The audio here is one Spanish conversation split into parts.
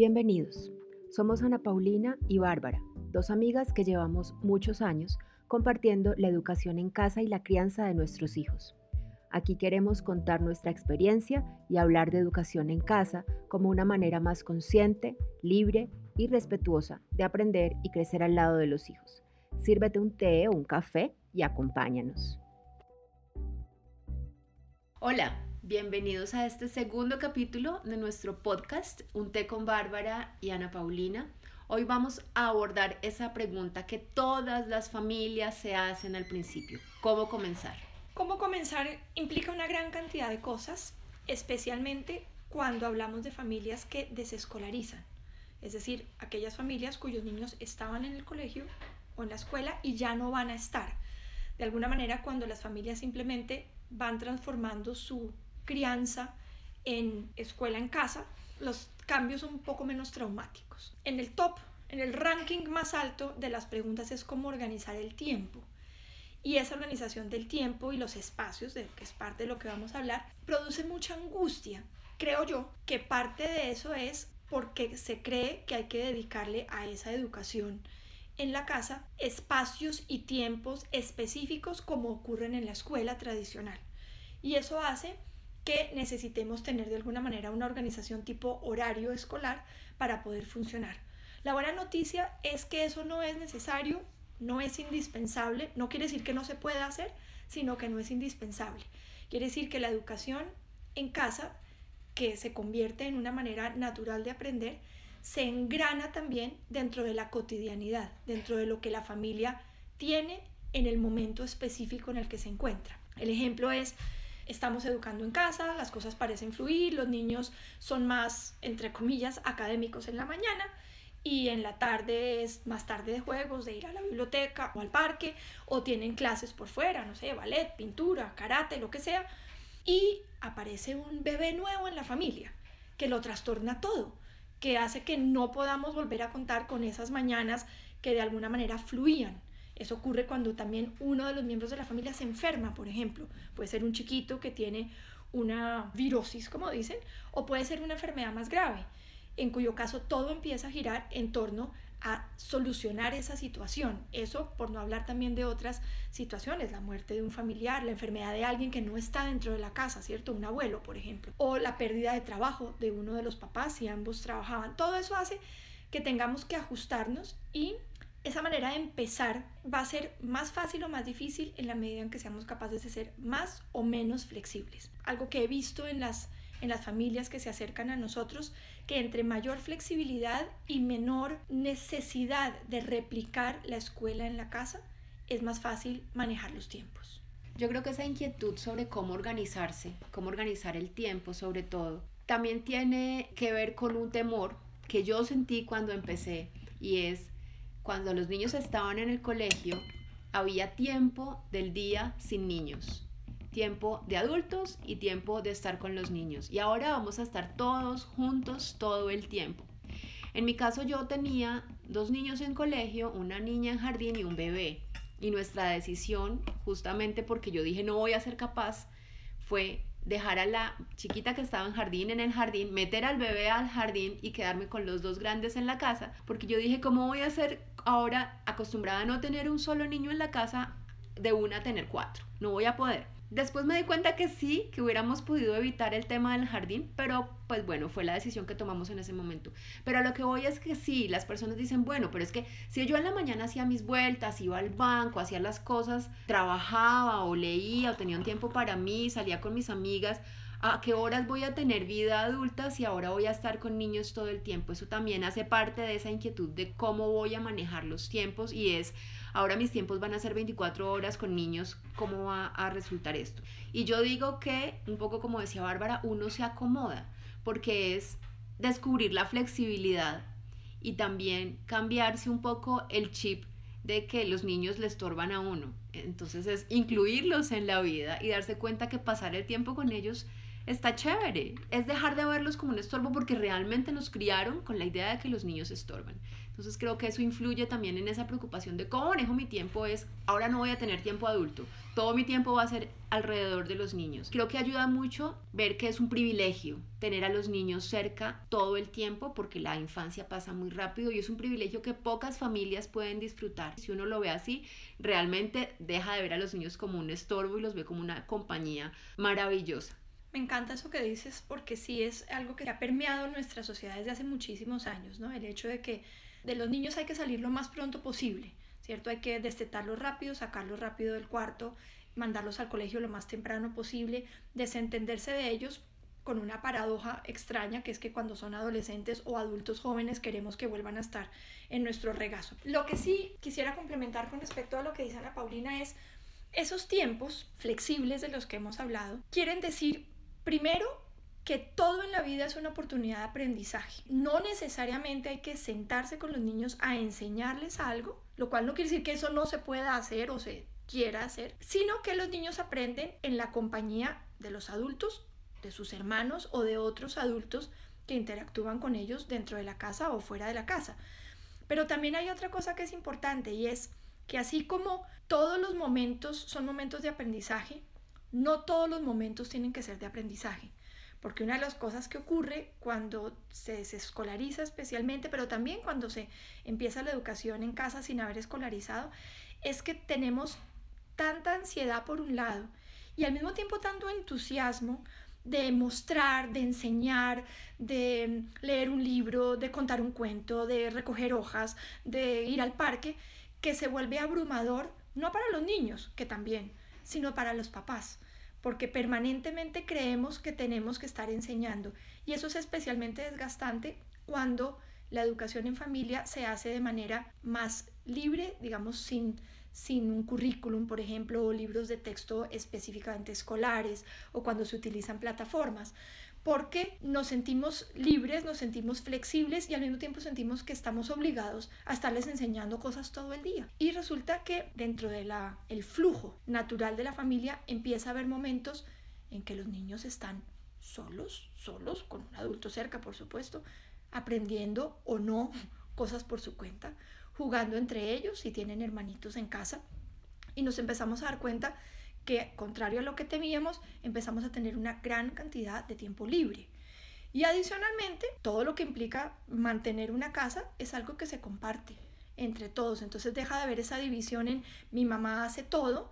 Bienvenidos. Somos Ana Paulina y Bárbara, dos amigas que llevamos muchos años compartiendo la educación en casa y la crianza de nuestros hijos. Aquí queremos contar nuestra experiencia y hablar de educación en casa como una manera más consciente, libre y respetuosa de aprender y crecer al lado de los hijos. Sírvete un té o un café y acompáñanos. Hola, bienvenidos a este segundo capítulo de nuestro podcast Un té con Bárbara y Ana Paulina. Hoy vamos a abordar esa pregunta que todas las familias se hacen al principio. ¿Cómo comenzar? Cómo comenzar implica una gran cantidad de cosas, especialmente cuando hablamos de familias que desescolarizan. Es decir, aquellas familias cuyos niños estaban en el colegio o en la escuela y ya no van a estar. De alguna manera, cuando las familias simplemente van transformando su crianza en escuela en casa, los cambios son un poco menos traumáticos. En el ranking más alto de las preguntas es cómo organizar el tiempo. Y esa organización del tiempo y los espacios, que es parte de lo que vamos a hablar, produce mucha angustia. Creo yo que parte de eso es porque se cree que hay que dedicarle a esa educación en la casa espacios y tiempos específicos como ocurren en la escuela tradicional. Y eso hace que necesitemos tener de alguna manera una organización tipo horario escolar para poder funcionar. La buena noticia es que eso no es necesario, no es indispensable, no quiere decir que no se pueda hacer, sino que no es indispensable. Quiere decir que la educación en casa, que se convierte en una manera natural de aprender, se engrana también dentro de la cotidianidad, dentro de lo que la familia tiene en el momento específico en el que se encuentra. El ejemplo es, estamos educando en casa, las cosas parecen fluir, los niños son más, entre comillas, académicos en la mañana, y en la tarde es más tarde de juegos, de ir a la biblioteca o al parque, o tienen clases por fuera, no sé, ballet, pintura, karate, lo que sea, y aparece un bebé nuevo en la familia que lo trastorna todo, que hace que no podamos volver a contar con esas mañanas que de alguna manera fluían. Eso ocurre cuando también uno de los miembros de la familia se enferma, por ejemplo. Puede ser un chiquito que tiene una virosis, como dicen, o puede ser una enfermedad más grave, en cuyo caso todo empieza a girar en torno a solucionar esa situación. Eso por no hablar también de otras situaciones, la muerte de un familiar, la enfermedad de alguien que no está dentro de la casa, ¿cierto? Un abuelo, por ejemplo, o la pérdida de trabajo de uno de los papás si ambos trabajaban. Todo eso hace que tengamos que ajustarnos y esa manera de empezar va a ser más fácil o más difícil en la medida en que seamos capaces de ser más o menos flexibles. Algo que he visto en las familias que se acercan a nosotros, que entre mayor flexibilidad y menor necesidad de replicar la escuela en la casa, es más fácil manejar los tiempos. Yo creo que esa inquietud sobre cómo organizarse, cómo organizar el tiempo sobre todo, también tiene que ver con un temor que yo sentí cuando empecé, y es cuando los niños estaban en el colegio, había tiempo del día sin niños. Tiempo de adultos y tiempo de estar con los niños. Y ahora vamos a estar todos juntos todo el tiempo. En mi caso yo tenía 2 niños en colegio, una niña en jardín y un bebé. Y nuestra decisión, justamente porque yo dije no voy a ser capaz, fue dejar a la chiquita que estaba en el jardín, meter al bebé al jardín y quedarme con los 2 grandes en la casa. Porque yo dije, ¿cómo voy a ser ahora acostumbrada a no tener un solo niño en la casa, de una a tener 4? No voy a poder. Después me di cuenta que sí, que hubiéramos podido evitar el tema del jardín, pero pues bueno, fue la decisión que tomamos en ese momento. Pero a lo que voy es que sí, las personas dicen, bueno, pero es que si yo en la mañana hacía mis vueltas, iba al banco, hacía las cosas, trabajaba o leía o tenía un tiempo para mí, salía con mis amigas, ¿a qué horas voy a tener vida adulta si ahora voy a estar con niños todo el tiempo? Eso también hace parte de esa inquietud de cómo voy a manejar los tiempos, y es, ahora mis tiempos van a ser 24 horas con niños, ¿cómo va a resultar esto? Y yo digo que, un poco como decía Bárbara, uno se acomoda, porque es descubrir la flexibilidad y también cambiarse un poco el chip de que los niños le estorban a uno. Entonces es incluirlos en la vida y darse cuenta que pasar el tiempo con ellos está chévere, es dejar de verlos como un estorbo, porque realmente nos criaron con la idea de que los niños estorban. Entonces creo que eso influye también en esa preocupación de cómo manejo mi tiempo. Es, ahora no voy a tener tiempo adulto, todo mi tiempo va a ser alrededor de los niños. Creo que ayuda mucho ver que es un privilegio tener a los niños cerca todo el tiempo, porque la infancia pasa muy rápido y es un privilegio que pocas familias pueden disfrutar. Si uno lo ve así, realmente deja de ver a los niños como un estorbo y los ve como una compañía maravillosa. Me encanta eso que dices porque sí es algo que ha permeado nuestra sociedad desde hace muchísimos años, ¿no? El hecho de que de los niños hay que salir lo más pronto posible, ¿cierto? Hay que destetarlos rápido, sacarlos rápido del cuarto, mandarlos al colegio lo más temprano posible, desentenderse de ellos con una paradoja extraña, que es que cuando son adolescentes o adultos jóvenes queremos que vuelvan a estar en nuestro regazo. Lo que sí quisiera complementar con respecto a lo que dice Ana Paulina es esos tiempos flexibles de los que hemos hablado quieren decir primero que todo en la vida es una oportunidad de aprendizaje. No necesariamente hay que sentarse con los niños a enseñarles algo, lo cual no quiere decir que eso no se pueda hacer o se quiera hacer, sino que los niños aprenden en la compañía de los adultos, de sus hermanos o de otros adultos que interactúan con ellos dentro de la casa o fuera de la casa. Pero también hay otra cosa que es importante y es que así como todos los momentos son momentos de aprendizaje, no todos los momentos tienen que ser de aprendizaje, porque una de las cosas que ocurre cuando se escolariza especialmente, pero también cuando se empieza la educación en casa sin haber escolarizado, es que tenemos tanta ansiedad por un lado y al mismo tiempo tanto entusiasmo de mostrar, de enseñar, de leer un libro, de contar un cuento, de recoger hojas, de ir al parque, que se vuelve abrumador, no para los niños, que también, sino para los papás, porque permanentemente creemos que tenemos que estar enseñando y eso es especialmente desgastante cuando la educación en familia se hace de manera más libre, digamos, sin un currículum, por ejemplo, o libros de texto específicamente escolares, o cuando se utilizan plataformas, porque nos sentimos libres, nos sentimos flexibles y al mismo tiempo sentimos que estamos obligados a estarles enseñando cosas todo el día. Y resulta que dentro de el flujo natural de la familia empieza a haber momentos en que los niños están solos, con un adulto cerca, por supuesto, aprendiendo o no cosas por su cuenta, jugando entre ellos si tienen hermanitos en casa, y nos empezamos a dar cuenta que, contrario a lo que temíamos, empezamos a tener una gran cantidad de tiempo libre. Y adicionalmente, todo lo que implica mantener una casa es algo que se comparte entre todos. Entonces deja de haber esa división en mi mamá hace todo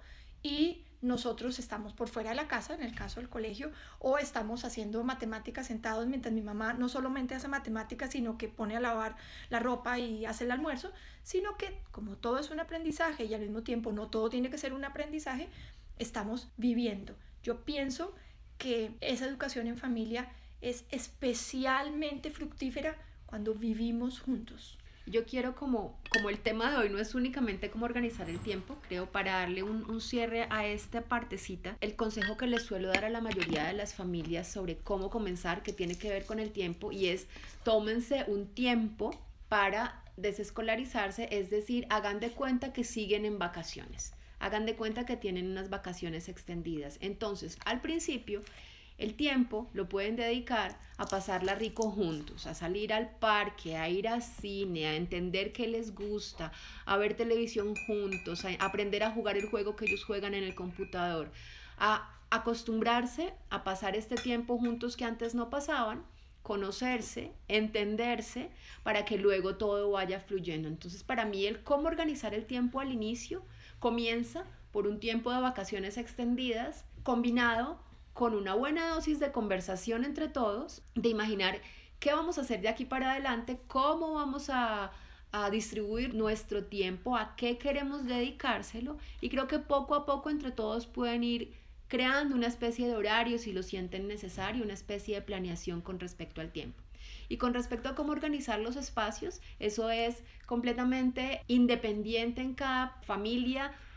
y nosotros estamos por fuera de la casa, en el caso del colegio, o estamos haciendo matemáticas sentados mientras mi mamá no solamente hace matemáticas, sino que pone a lavar la ropa y hace el almuerzo, sino que como todo es un aprendizaje y al mismo tiempo no todo tiene que ser un aprendizaje, estamos viviendo. Yo pienso que esa educación en familia es especialmente fructífera cuando vivimos juntos. Yo quiero como el tema de hoy no es únicamente cómo organizar el tiempo, creo para darle un cierre a esta partecita, el consejo que les suelo dar a la mayoría de las familias sobre cómo comenzar, que tiene que ver con el tiempo, y es tómense un tiempo para desescolarizarse, es decir, hagan de cuenta que siguen en vacaciones, hagan de cuenta que tienen unas vacaciones extendidas. Entonces, al principio, el tiempo lo pueden dedicar a pasarla rico juntos, a salir al parque, a ir al cine, a entender qué les gusta, a ver televisión juntos, a aprender a jugar el juego que ellos juegan en el computador, a acostumbrarse a pasar este tiempo juntos que antes no pasaban, conocerse, entenderse, para que luego todo vaya fluyendo. Entonces, para mí, el cómo organizar el tiempo al inicio comienza por un tiempo de vacaciones extendidas, combinado con una buena dosis de conversación entre todos, de imaginar qué vamos a hacer de aquí para adelante, cómo vamos a distribuir nuestro tiempo, a qué queremos dedicárselo, y creo que poco a poco entre todos pueden ir creando una especie de horario si lo sienten necesario, una especie de planeación con respecto al tiempo. Y con respecto a cómo organizar los espacios, eso es completamente independiente en cada familia.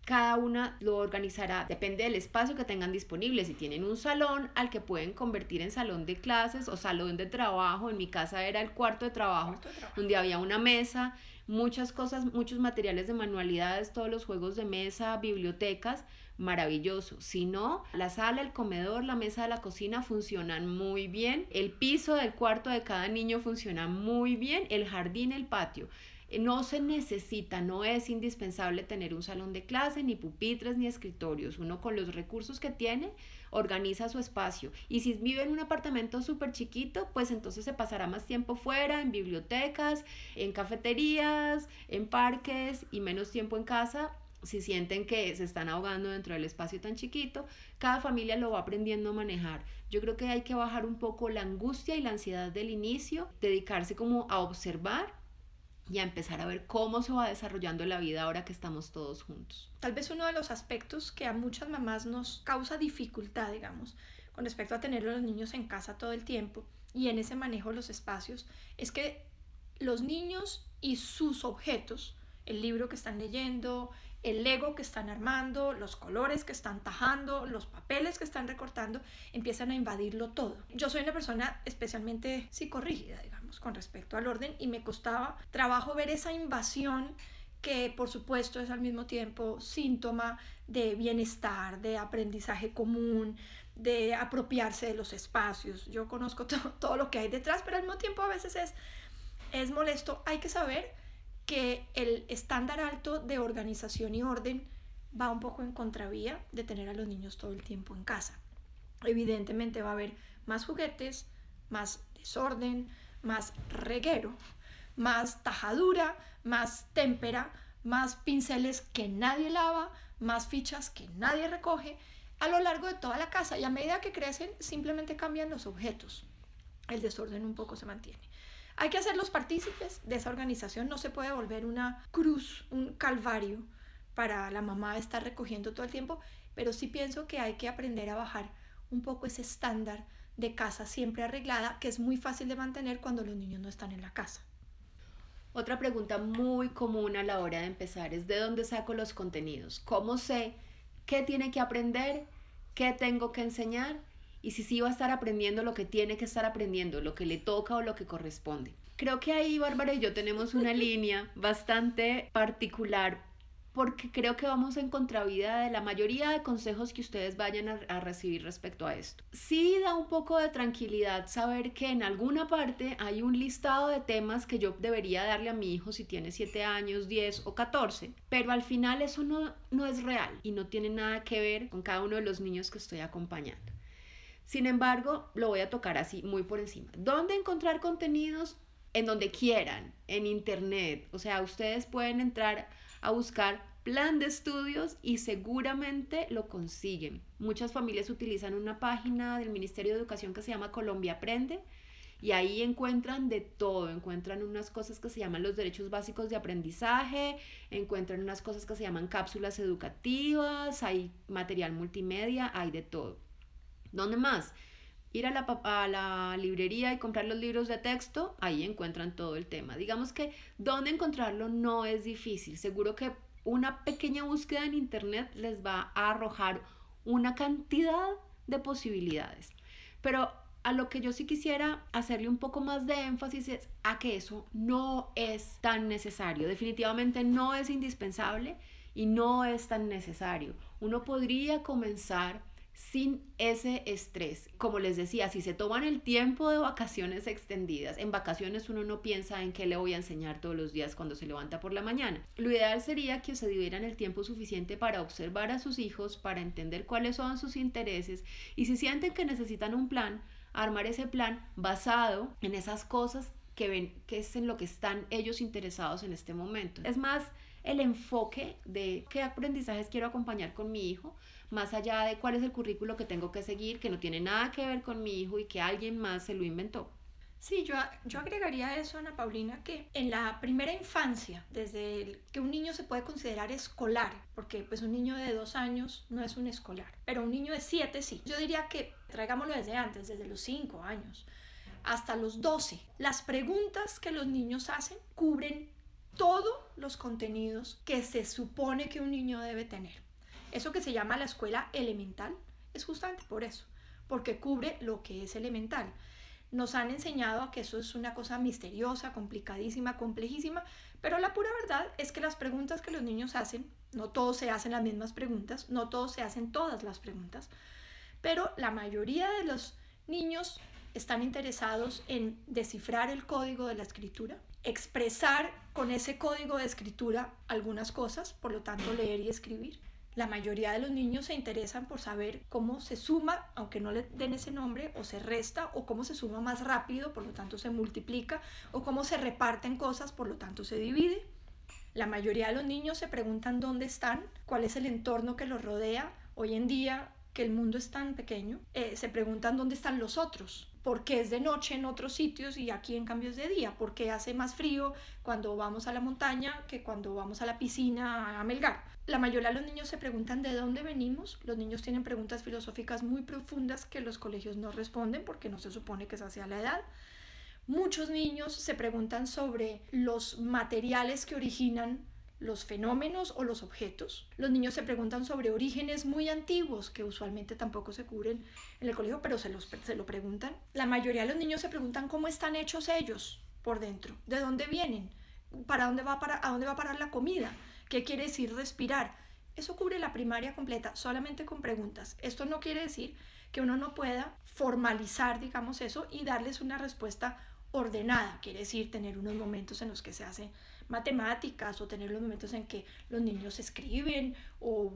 cada una lo organizará, depende del espacio que tengan disponible. Si tienen un salón al que pueden convertir en salón de clases o salón de trabajo, en mi casa era el cuarto de trabajo, donde había una mesa, muchas cosas, muchos materiales de manualidades, todos los juegos de mesa, bibliotecas, maravilloso. Si no, la sala, el comedor, la mesa de la cocina funcionan muy bien, el piso del cuarto de cada niño funciona muy bien, el jardín, el patio. No se necesita, no es indispensable tener un salón de clase, ni pupitres, ni escritorios. Uno con los recursos que tiene organiza su espacio. Y si vive en un apartamento súper chiquito, pues entonces se pasará más tiempo fuera, en bibliotecas, en cafeterías, en parques, y menos tiempo en casa. Si sienten que se están ahogando dentro del espacio tan chiquito, cada familia lo va aprendiendo a manejar. Yo creo que hay que bajar un poco la angustia y la ansiedad del inicio, dedicarse como a observar y a empezar a ver cómo se va desarrollando la vida ahora que estamos todos juntos. Tal vez uno de los aspectos que a muchas mamás nos causa dificultad, digamos, con respecto a tener a los niños en casa todo el tiempo y en ese manejo de los espacios, es que los niños y sus objetos, el libro que están leyendo, el Lego que están armando, los colores que están tajando, los papeles que están recortando, empiezan a invadirlo todo. Yo soy una persona especialmente psicorrígida, digamos, con respecto al orden, y me costaba trabajo ver esa invasión que por supuesto es al mismo tiempo síntoma de bienestar, de aprendizaje común, de apropiarse de los espacios. Yo conozco todo lo que hay detrás, pero al mismo tiempo a veces es molesto. Hay que saber que el estándar alto de organización y orden va un poco en contravía de tener a los niños todo el tiempo en casa. Evidentemente va a haber más juguetes, más desorden, más reguero, más tajadura, más témpera, más pinceles que nadie lava, más fichas que nadie recoge a lo largo de toda la casa, y a medida que crecen simplemente cambian los objetos. El desorden un poco se mantiene. Hay que hacerlos partícipes de esa organización. No se puede volver una cruz, un calvario para la mamá estar recogiendo todo el tiempo, pero sí pienso que hay que aprender a bajar un poco ese estándar de casa siempre arreglada, que es muy fácil de mantener cuando los niños no están en la casa. Otra pregunta muy común a la hora de empezar es: ¿de dónde saco los contenidos? ¿Cómo sé qué tiene que aprender? ¿Qué tengo que enseñar? Y si sí va a estar aprendiendo lo que tiene que estar aprendiendo, lo que le toca o lo que corresponde. Creo que ahí Bárbara y yo tenemos una línea bastante particular, porque creo que vamos en contravía de la mayoría de consejos que ustedes vayan a recibir respecto a esto. Sí da un poco de tranquilidad saber que en alguna parte hay un listado de temas que yo debería darle a mi hijo si tiene 7 años, 10 o 14, pero al final eso no es real y no tiene nada que ver con cada uno de los niños que estoy acompañando. Sin embargo, lo voy a tocar así muy por encima. ¿Dónde encontrar contenidos? En donde quieran, en internet. O sea, ustedes pueden entrar a buscar plan de estudios y seguramente lo consiguen. Muchas familias utilizan una página del Ministerio de Educación que se llama Colombia Aprende, y ahí encuentran de todo. Encuentran unas cosas que se llaman los derechos básicos de aprendizaje, encuentran unas cosas que se llaman cápsulas educativas, hay material multimedia, hay de todo. ¿Dónde más? Ir a la librería y comprar los libros de texto, ahí encuentran todo el tema. Digamos que dónde encontrarlo no es difícil. Seguro que una pequeña búsqueda en internet les va a arrojar una cantidad de posibilidades. Pero a lo que yo sí quisiera hacerle un poco más de énfasis es a que eso no es tan necesario. Definitivamente no es indispensable y no es tan necesario. Uno podría comenzar sin ese estrés. Como les decía, si se toman el tiempo de vacaciones extendidas, en vacaciones uno no piensa en qué le voy a enseñar todos los días cuando se levanta por la mañana. Lo ideal sería que se dieran el tiempo suficiente para observar a sus hijos, para entender cuáles son sus intereses, y si sienten que necesitan un plan, armar ese plan basado en esas cosas que ven que es en lo que están ellos interesados en este momento. Es más el enfoque de qué aprendizajes quiero acompañar con mi hijo, más allá de cuál es el currículo que tengo que seguir, que no tiene nada que ver con mi hijo y que alguien más se lo inventó. Sí, yo agregaría a eso, Ana Paulina, que en la primera infancia, desde que un niño se puede considerar escolar, porque pues un niño de 2 años no es un escolar, pero un niño de 7 sí. Yo diría que traigámoslo desde antes, desde los 5 años hasta los 12. Las preguntas que los niños hacen cubren todo los contenidos que se supone que un niño debe tener. Eso que se llama la escuela elemental es justamente por eso, porque cubre lo que es elemental. Nos han enseñado a que eso es una cosa misteriosa, complicadísima, complejísima, pero la pura verdad es que las preguntas que los niños hacen, no todos se hacen las mismas preguntas, no todos se hacen todas las preguntas, pero la mayoría de los niños están interesados en descifrar el código de la escritura, expresar con ese código de escritura algunas cosas, por lo tanto leer y escribir. La mayoría de los niños se interesan por saber cómo se suma, aunque no le den ese nombre, o se resta, o cómo se suma más rápido, por lo tanto se multiplica, o cómo se reparten cosas, por lo tanto se divide. La mayoría de los niños se preguntan dónde están, cuál es el entorno que los rodea. Hoy en día, que el mundo es tan pequeño, se preguntan dónde están los otros. ¿Por qué es de noche en otros sitios y aquí en cambio es de día? ¿Por qué hace más frío cuando vamos a la montaña que cuando vamos a la piscina a Melgar? La mayoría de los niños se preguntan de dónde venimos. Los niños tienen preguntas filosóficas muy profundas que los colegios no responden porque no se supone que esa sea la edad. Muchos niños se preguntan sobre los materiales que originan los fenómenos o los objetos. Los niños se preguntan sobre orígenes muy antiguos que usualmente tampoco se cubren en el colegio, pero se lo preguntan. La mayoría de los niños se preguntan cómo están hechos ellos por dentro, de dónde vienen, a dónde va a parar la comida, qué quiere decir respirar. Eso cubre la primaria completa, solamente con preguntas. Esto no quiere decir que uno no pueda formalizar, digamos, eso y darles una respuesta ordenada. Quiere decir tener unos momentos en los que se hace matemáticas o tener los momentos en que los niños escriben o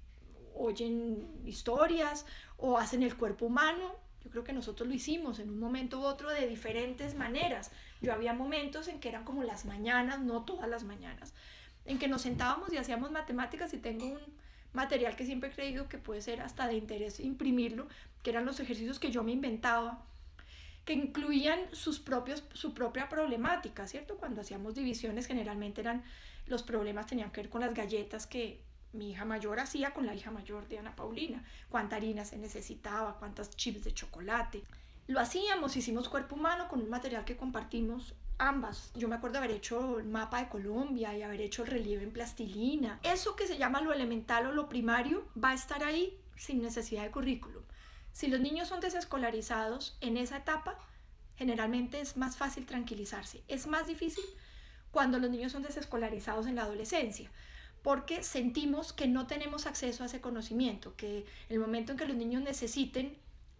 oyen historias o hacen el cuerpo humano. Yo creo que nosotros lo hicimos en un momento u otro de diferentes maneras. Yo había momentos en que eran como las mañanas, no todas las mañanas, en que nos sentábamos y hacíamos matemáticas, y tengo un material que siempre he creído que puede ser hasta de interés imprimirlo, que eran los ejercicios que yo me inventaba, que incluían su propia problemática, ¿cierto? Cuando hacíamos divisiones, generalmente los problemas tenían que ver con las galletas que mi hija mayor hacía con la hija mayor de Ana Paulina, cuánta harina se necesitaba, cuántas chips de chocolate. Lo hicimos cuerpo humano con un material que compartimos ambas. Yo me acuerdo haber hecho el mapa de Colombia y haber hecho el relieve en plastilina. Eso que se llama lo elemental o lo primario va a estar ahí sin necesidad de currículum. Si los niños son desescolarizados en esa etapa, generalmente es más fácil tranquilizarse. Es más difícil cuando los niños son desescolarizados en la adolescencia, porque sentimos que no tenemos acceso a ese conocimiento, que el momento en que los niños necesiten,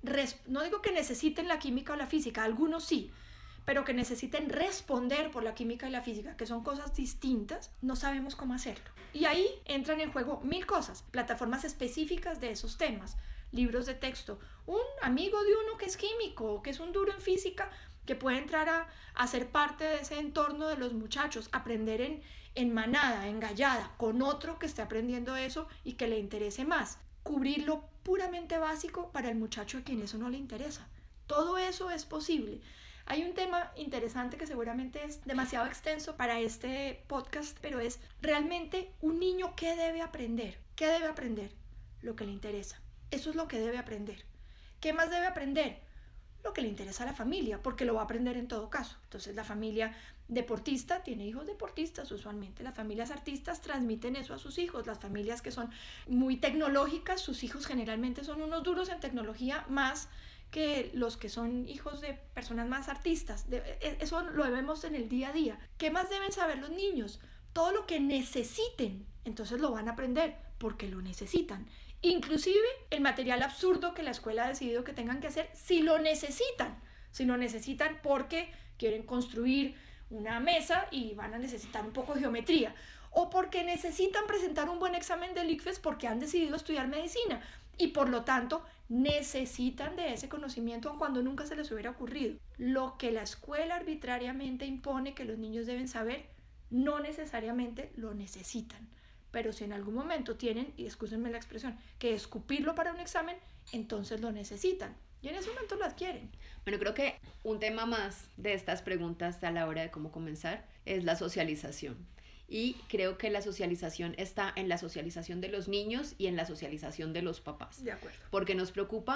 no digo que necesiten la química o la física, algunos sí, pero que necesiten responder por la química y la física, que son cosas distintas, no sabemos cómo hacerlo. Y ahí entran en juego 1000 cosas, plataformas específicas de esos temas, libros de texto, un amigo de uno que es químico, que es un duro en física, que puede entrar a ser parte de ese entorno de los muchachos, aprender en manada, en gallada, con otro que esté aprendiendo eso y que le interese más. Cubrir lo puramente básico para el muchacho a quien eso no le interesa. Todo eso es posible. Hay un tema interesante que seguramente es demasiado extenso para este podcast, pero es realmente un niño ¿qué debe aprender? ¿Qué debe aprender? Lo que le interesa. Eso es lo que debe aprender. ¿Qué más debe aprender? Lo que le interesa a la familia, porque lo va a aprender en todo caso. Entonces la familia deportista tiene hijos deportistas usualmente. Las familias artistas transmiten eso a sus hijos. Las familias que son muy tecnológicas, sus hijos generalmente son unos duros en tecnología más que los que son hijos de personas más artistas. Eso lo vemos en el día a día. ¿Qué más deben saber los niños? Todo lo que necesiten. Entonces lo van a aprender porque lo necesitan. Inclusive el material absurdo que la escuela ha decidido que tengan que hacer si lo necesitan. Si lo necesitan porque quieren construir una mesa y van a necesitar un poco de geometría. O porque necesitan presentar un buen examen del ICFES porque han decidido estudiar medicina. Y por lo tanto necesitan de ese conocimiento aun cuando nunca se les hubiera ocurrido. Lo que la escuela arbitrariamente impone que los niños deben saber, no necesariamente lo necesitan. Pero si en algún momento tienen, y excúsenme la expresión, que escupirlo para un examen, entonces lo necesitan. Y en ese momento lo adquieren. Bueno, creo que un tema más de estas preguntas a la hora de cómo comenzar es la socialización. Y creo que la socialización está en la socialización de los niños y en la socialización de los papás. De acuerdo. Porque nos preocupa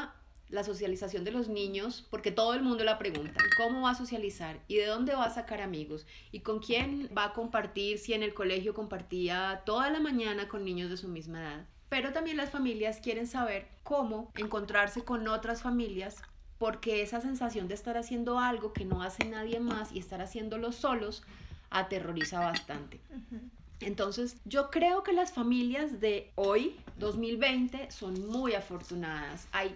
la socialización de los niños, porque todo el mundo la pregunta, ¿cómo va a socializar? ¿Y de dónde va a sacar amigos? ¿Y con quién va a compartir si en el colegio compartía toda la mañana con niños de su misma edad? Pero también las familias quieren saber cómo encontrarse con otras familias, porque esa sensación de estar haciendo algo que no hace nadie más y estar haciéndolo solos aterroriza bastante. Entonces, yo creo que las familias de hoy, 2020, son muy afortunadas. Hay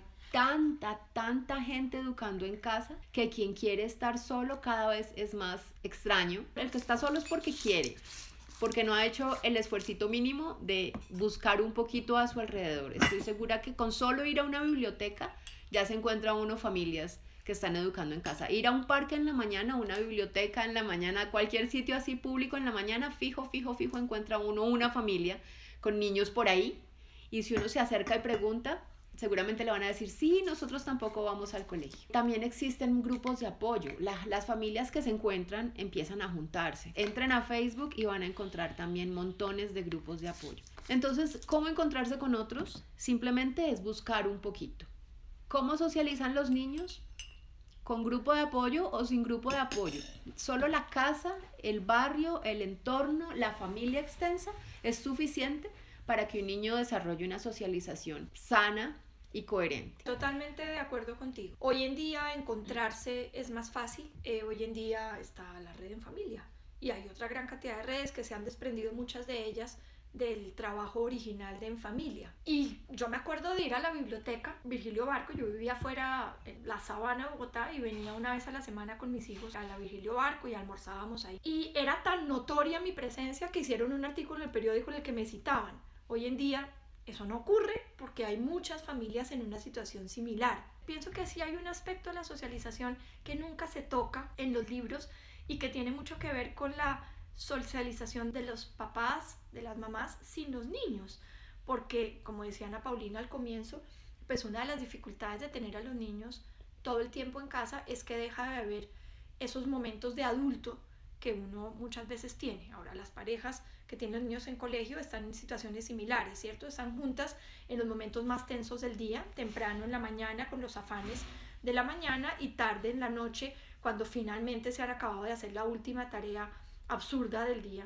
tanta gente educando en casa que quien quiere estar solo cada vez es más extraño. El que está solo es porque quiere, porque no ha hecho el esfuercito mínimo de buscar un poquito a su alrededor. Estoy segura que con solo ir a una biblioteca ya se encuentra uno familias que están educando en casa. Ir a un parque en la mañana, una biblioteca en la mañana, cualquier sitio así público en la mañana, fijo, encuentra uno una familia con niños por ahí. Y si uno se acerca y pregunta, seguramente le van a decir, sí, nosotros tampoco vamos al colegio. También existen grupos de apoyo. Las familias que se encuentran empiezan a juntarse. Entren a Facebook y van a encontrar también montones de grupos de apoyo. Entonces, ¿cómo encontrarse con otros? Simplemente es buscar un poquito. ¿Cómo socializan los niños? ¿Con grupo de apoyo o sin grupo de apoyo? Solo la casa, el barrio, el entorno, la familia extensa es suficiente para que un niño desarrolle una socialización sana y coherente. Totalmente de acuerdo contigo. Hoy en día encontrarse es más fácil. Hoy en día está la red en familia y hay otra gran cantidad de redes que se han desprendido, muchas de ellas, del trabajo original de En Familia. Y yo me acuerdo de ir a la biblioteca Virgilio Barco. Yo vivía afuera en la Sabana de Bogotá y venía una vez a la semana con mis hijos a la Virgilio Barco y almorzábamos ahí. Y era tan notoria mi presencia que hicieron un artículo en el periódico en el que me citaban. Hoy en día eso no ocurre porque hay muchas familias en una situación similar. Pienso que sí hay un aspecto de la socialización que nunca se toca en los libros y que tiene mucho que ver con la socialización de los papás, de las mamás sin los niños, porque como decía Ana Paulina al comienzo, pues una de las dificultades de tener a los niños todo el tiempo en casa es que deja de haber esos momentos de adulto que uno muchas veces tiene. Ahora, las parejas que tienen niños en colegio están en situaciones similares, ¿cierto? Están juntas en los momentos más tensos del día, temprano en la mañana con los afanes de la mañana y tarde en la noche cuando finalmente se han acabado de hacer la última tarea absurda del día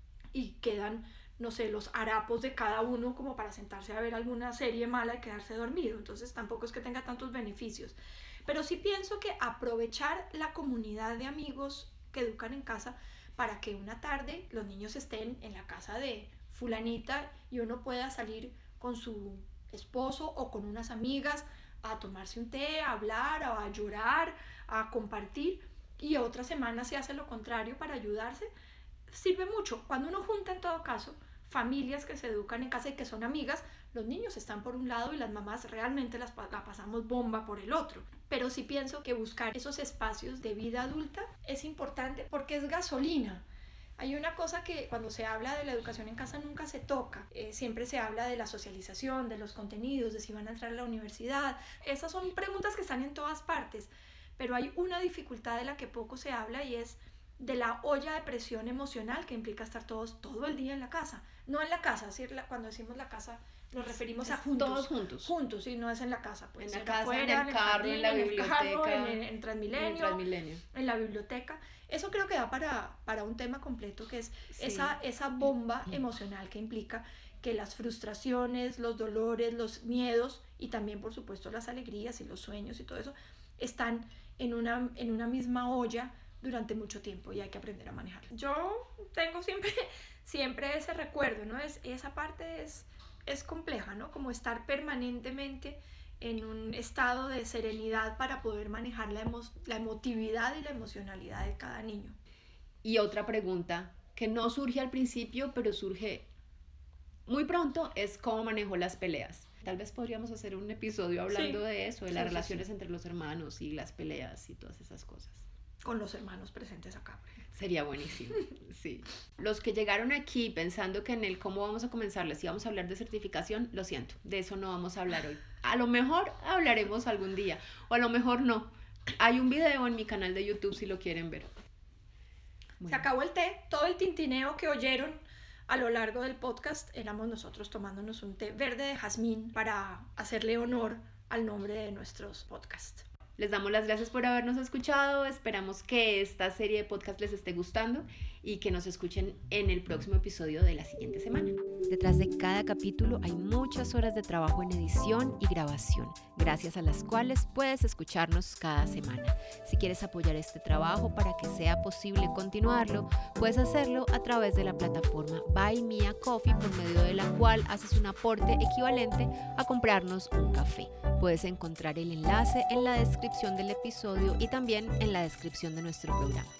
y quedan, no sé, los harapos de cada uno como para sentarse a ver alguna serie mala y quedarse dormido. Entonces tampoco es que tenga tantos beneficios, pero sí pienso que aprovechar la comunidad de amigos que educan en casa para que una tarde los niños estén en la casa de fulanita y uno pueda salir con su esposo o con unas amigas a tomarse un té, a hablar, a llorar, a compartir, y otra semana se hace lo contrario para ayudarse, sirve mucho. Cuando uno junta, en todo caso, familias que se educan en casa y que son amigas, los niños están por un lado y las mamás realmente la pasamos bomba por el otro. Pero sí pienso que buscar esos espacios de vida adulta es importante porque es gasolina. Hay una cosa que cuando se habla de la educación en casa nunca se toca. Siempre se habla de la socialización, de los contenidos, de si van a entrar a la universidad. Esas son preguntas que están en todas partes. Pero hay una dificultad de la que poco se habla y es de la olla de presión emocional que implica estar todos todo el día en la casa. No en la casa, cuando decimos la casa nos referimos a juntos. Todos juntos. Juntos, y no es en la casa. En la casa, afuera, en el carro, en la biblioteca. En Transmilenio, en la biblioteca. Eso creo que da para un tema completo, que es esa bomba emocional que implica que las frustraciones, los dolores, los miedos y también, por supuesto, las alegrías y los sueños y todo eso están en una misma olla durante mucho tiempo y hay que aprender a manejarlo. Yo tengo siempre ese recuerdo, ¿no? Esa parte es compleja, ¿no? Como estar permanentemente en un estado de serenidad para poder manejar la emotividad y la emocionalidad de cada niño. Y otra pregunta que no surge al principio, pero surge muy pronto, es cómo manejo las peleas. Tal vez podríamos hacer un episodio hablando de eso, de las relaciones entre los hermanos y las peleas y todas esas cosas. Con los hermanos presentes acá. Sería buenísimo, sí. Los que llegaron aquí pensando que en el cómo vamos a comenzar les íbamos a hablar de certificación, lo siento, de eso no vamos a hablar hoy. A lo mejor hablaremos algún día, o a lo mejor no. Hay un video en mi canal de YouTube si lo quieren ver. Bueno. Se acabó el té, todo el tintineo que oyeron a lo largo del podcast éramos nosotros tomándonos un té verde de jazmín para hacerle honor al nombre de nuestros podcasts. Les damos las gracias por habernos escuchado. Esperamos que esta serie de podcast les esté gustando y que nos escuchen en el próximo episodio de la siguiente semana. Detrás de cada capítulo hay muchas horas de trabajo en edición y grabación, gracias a las cuales puedes escucharnos cada semana. Si quieres apoyar este trabajo para que sea posible continuarlo, puedes hacerlo a través de la plataforma Buy Me a Coffee, por medio de la cual haces un aporte equivalente a comprarnos un café. Puedes encontrar el enlace en la descripción del episodio y también en la descripción de nuestro programa.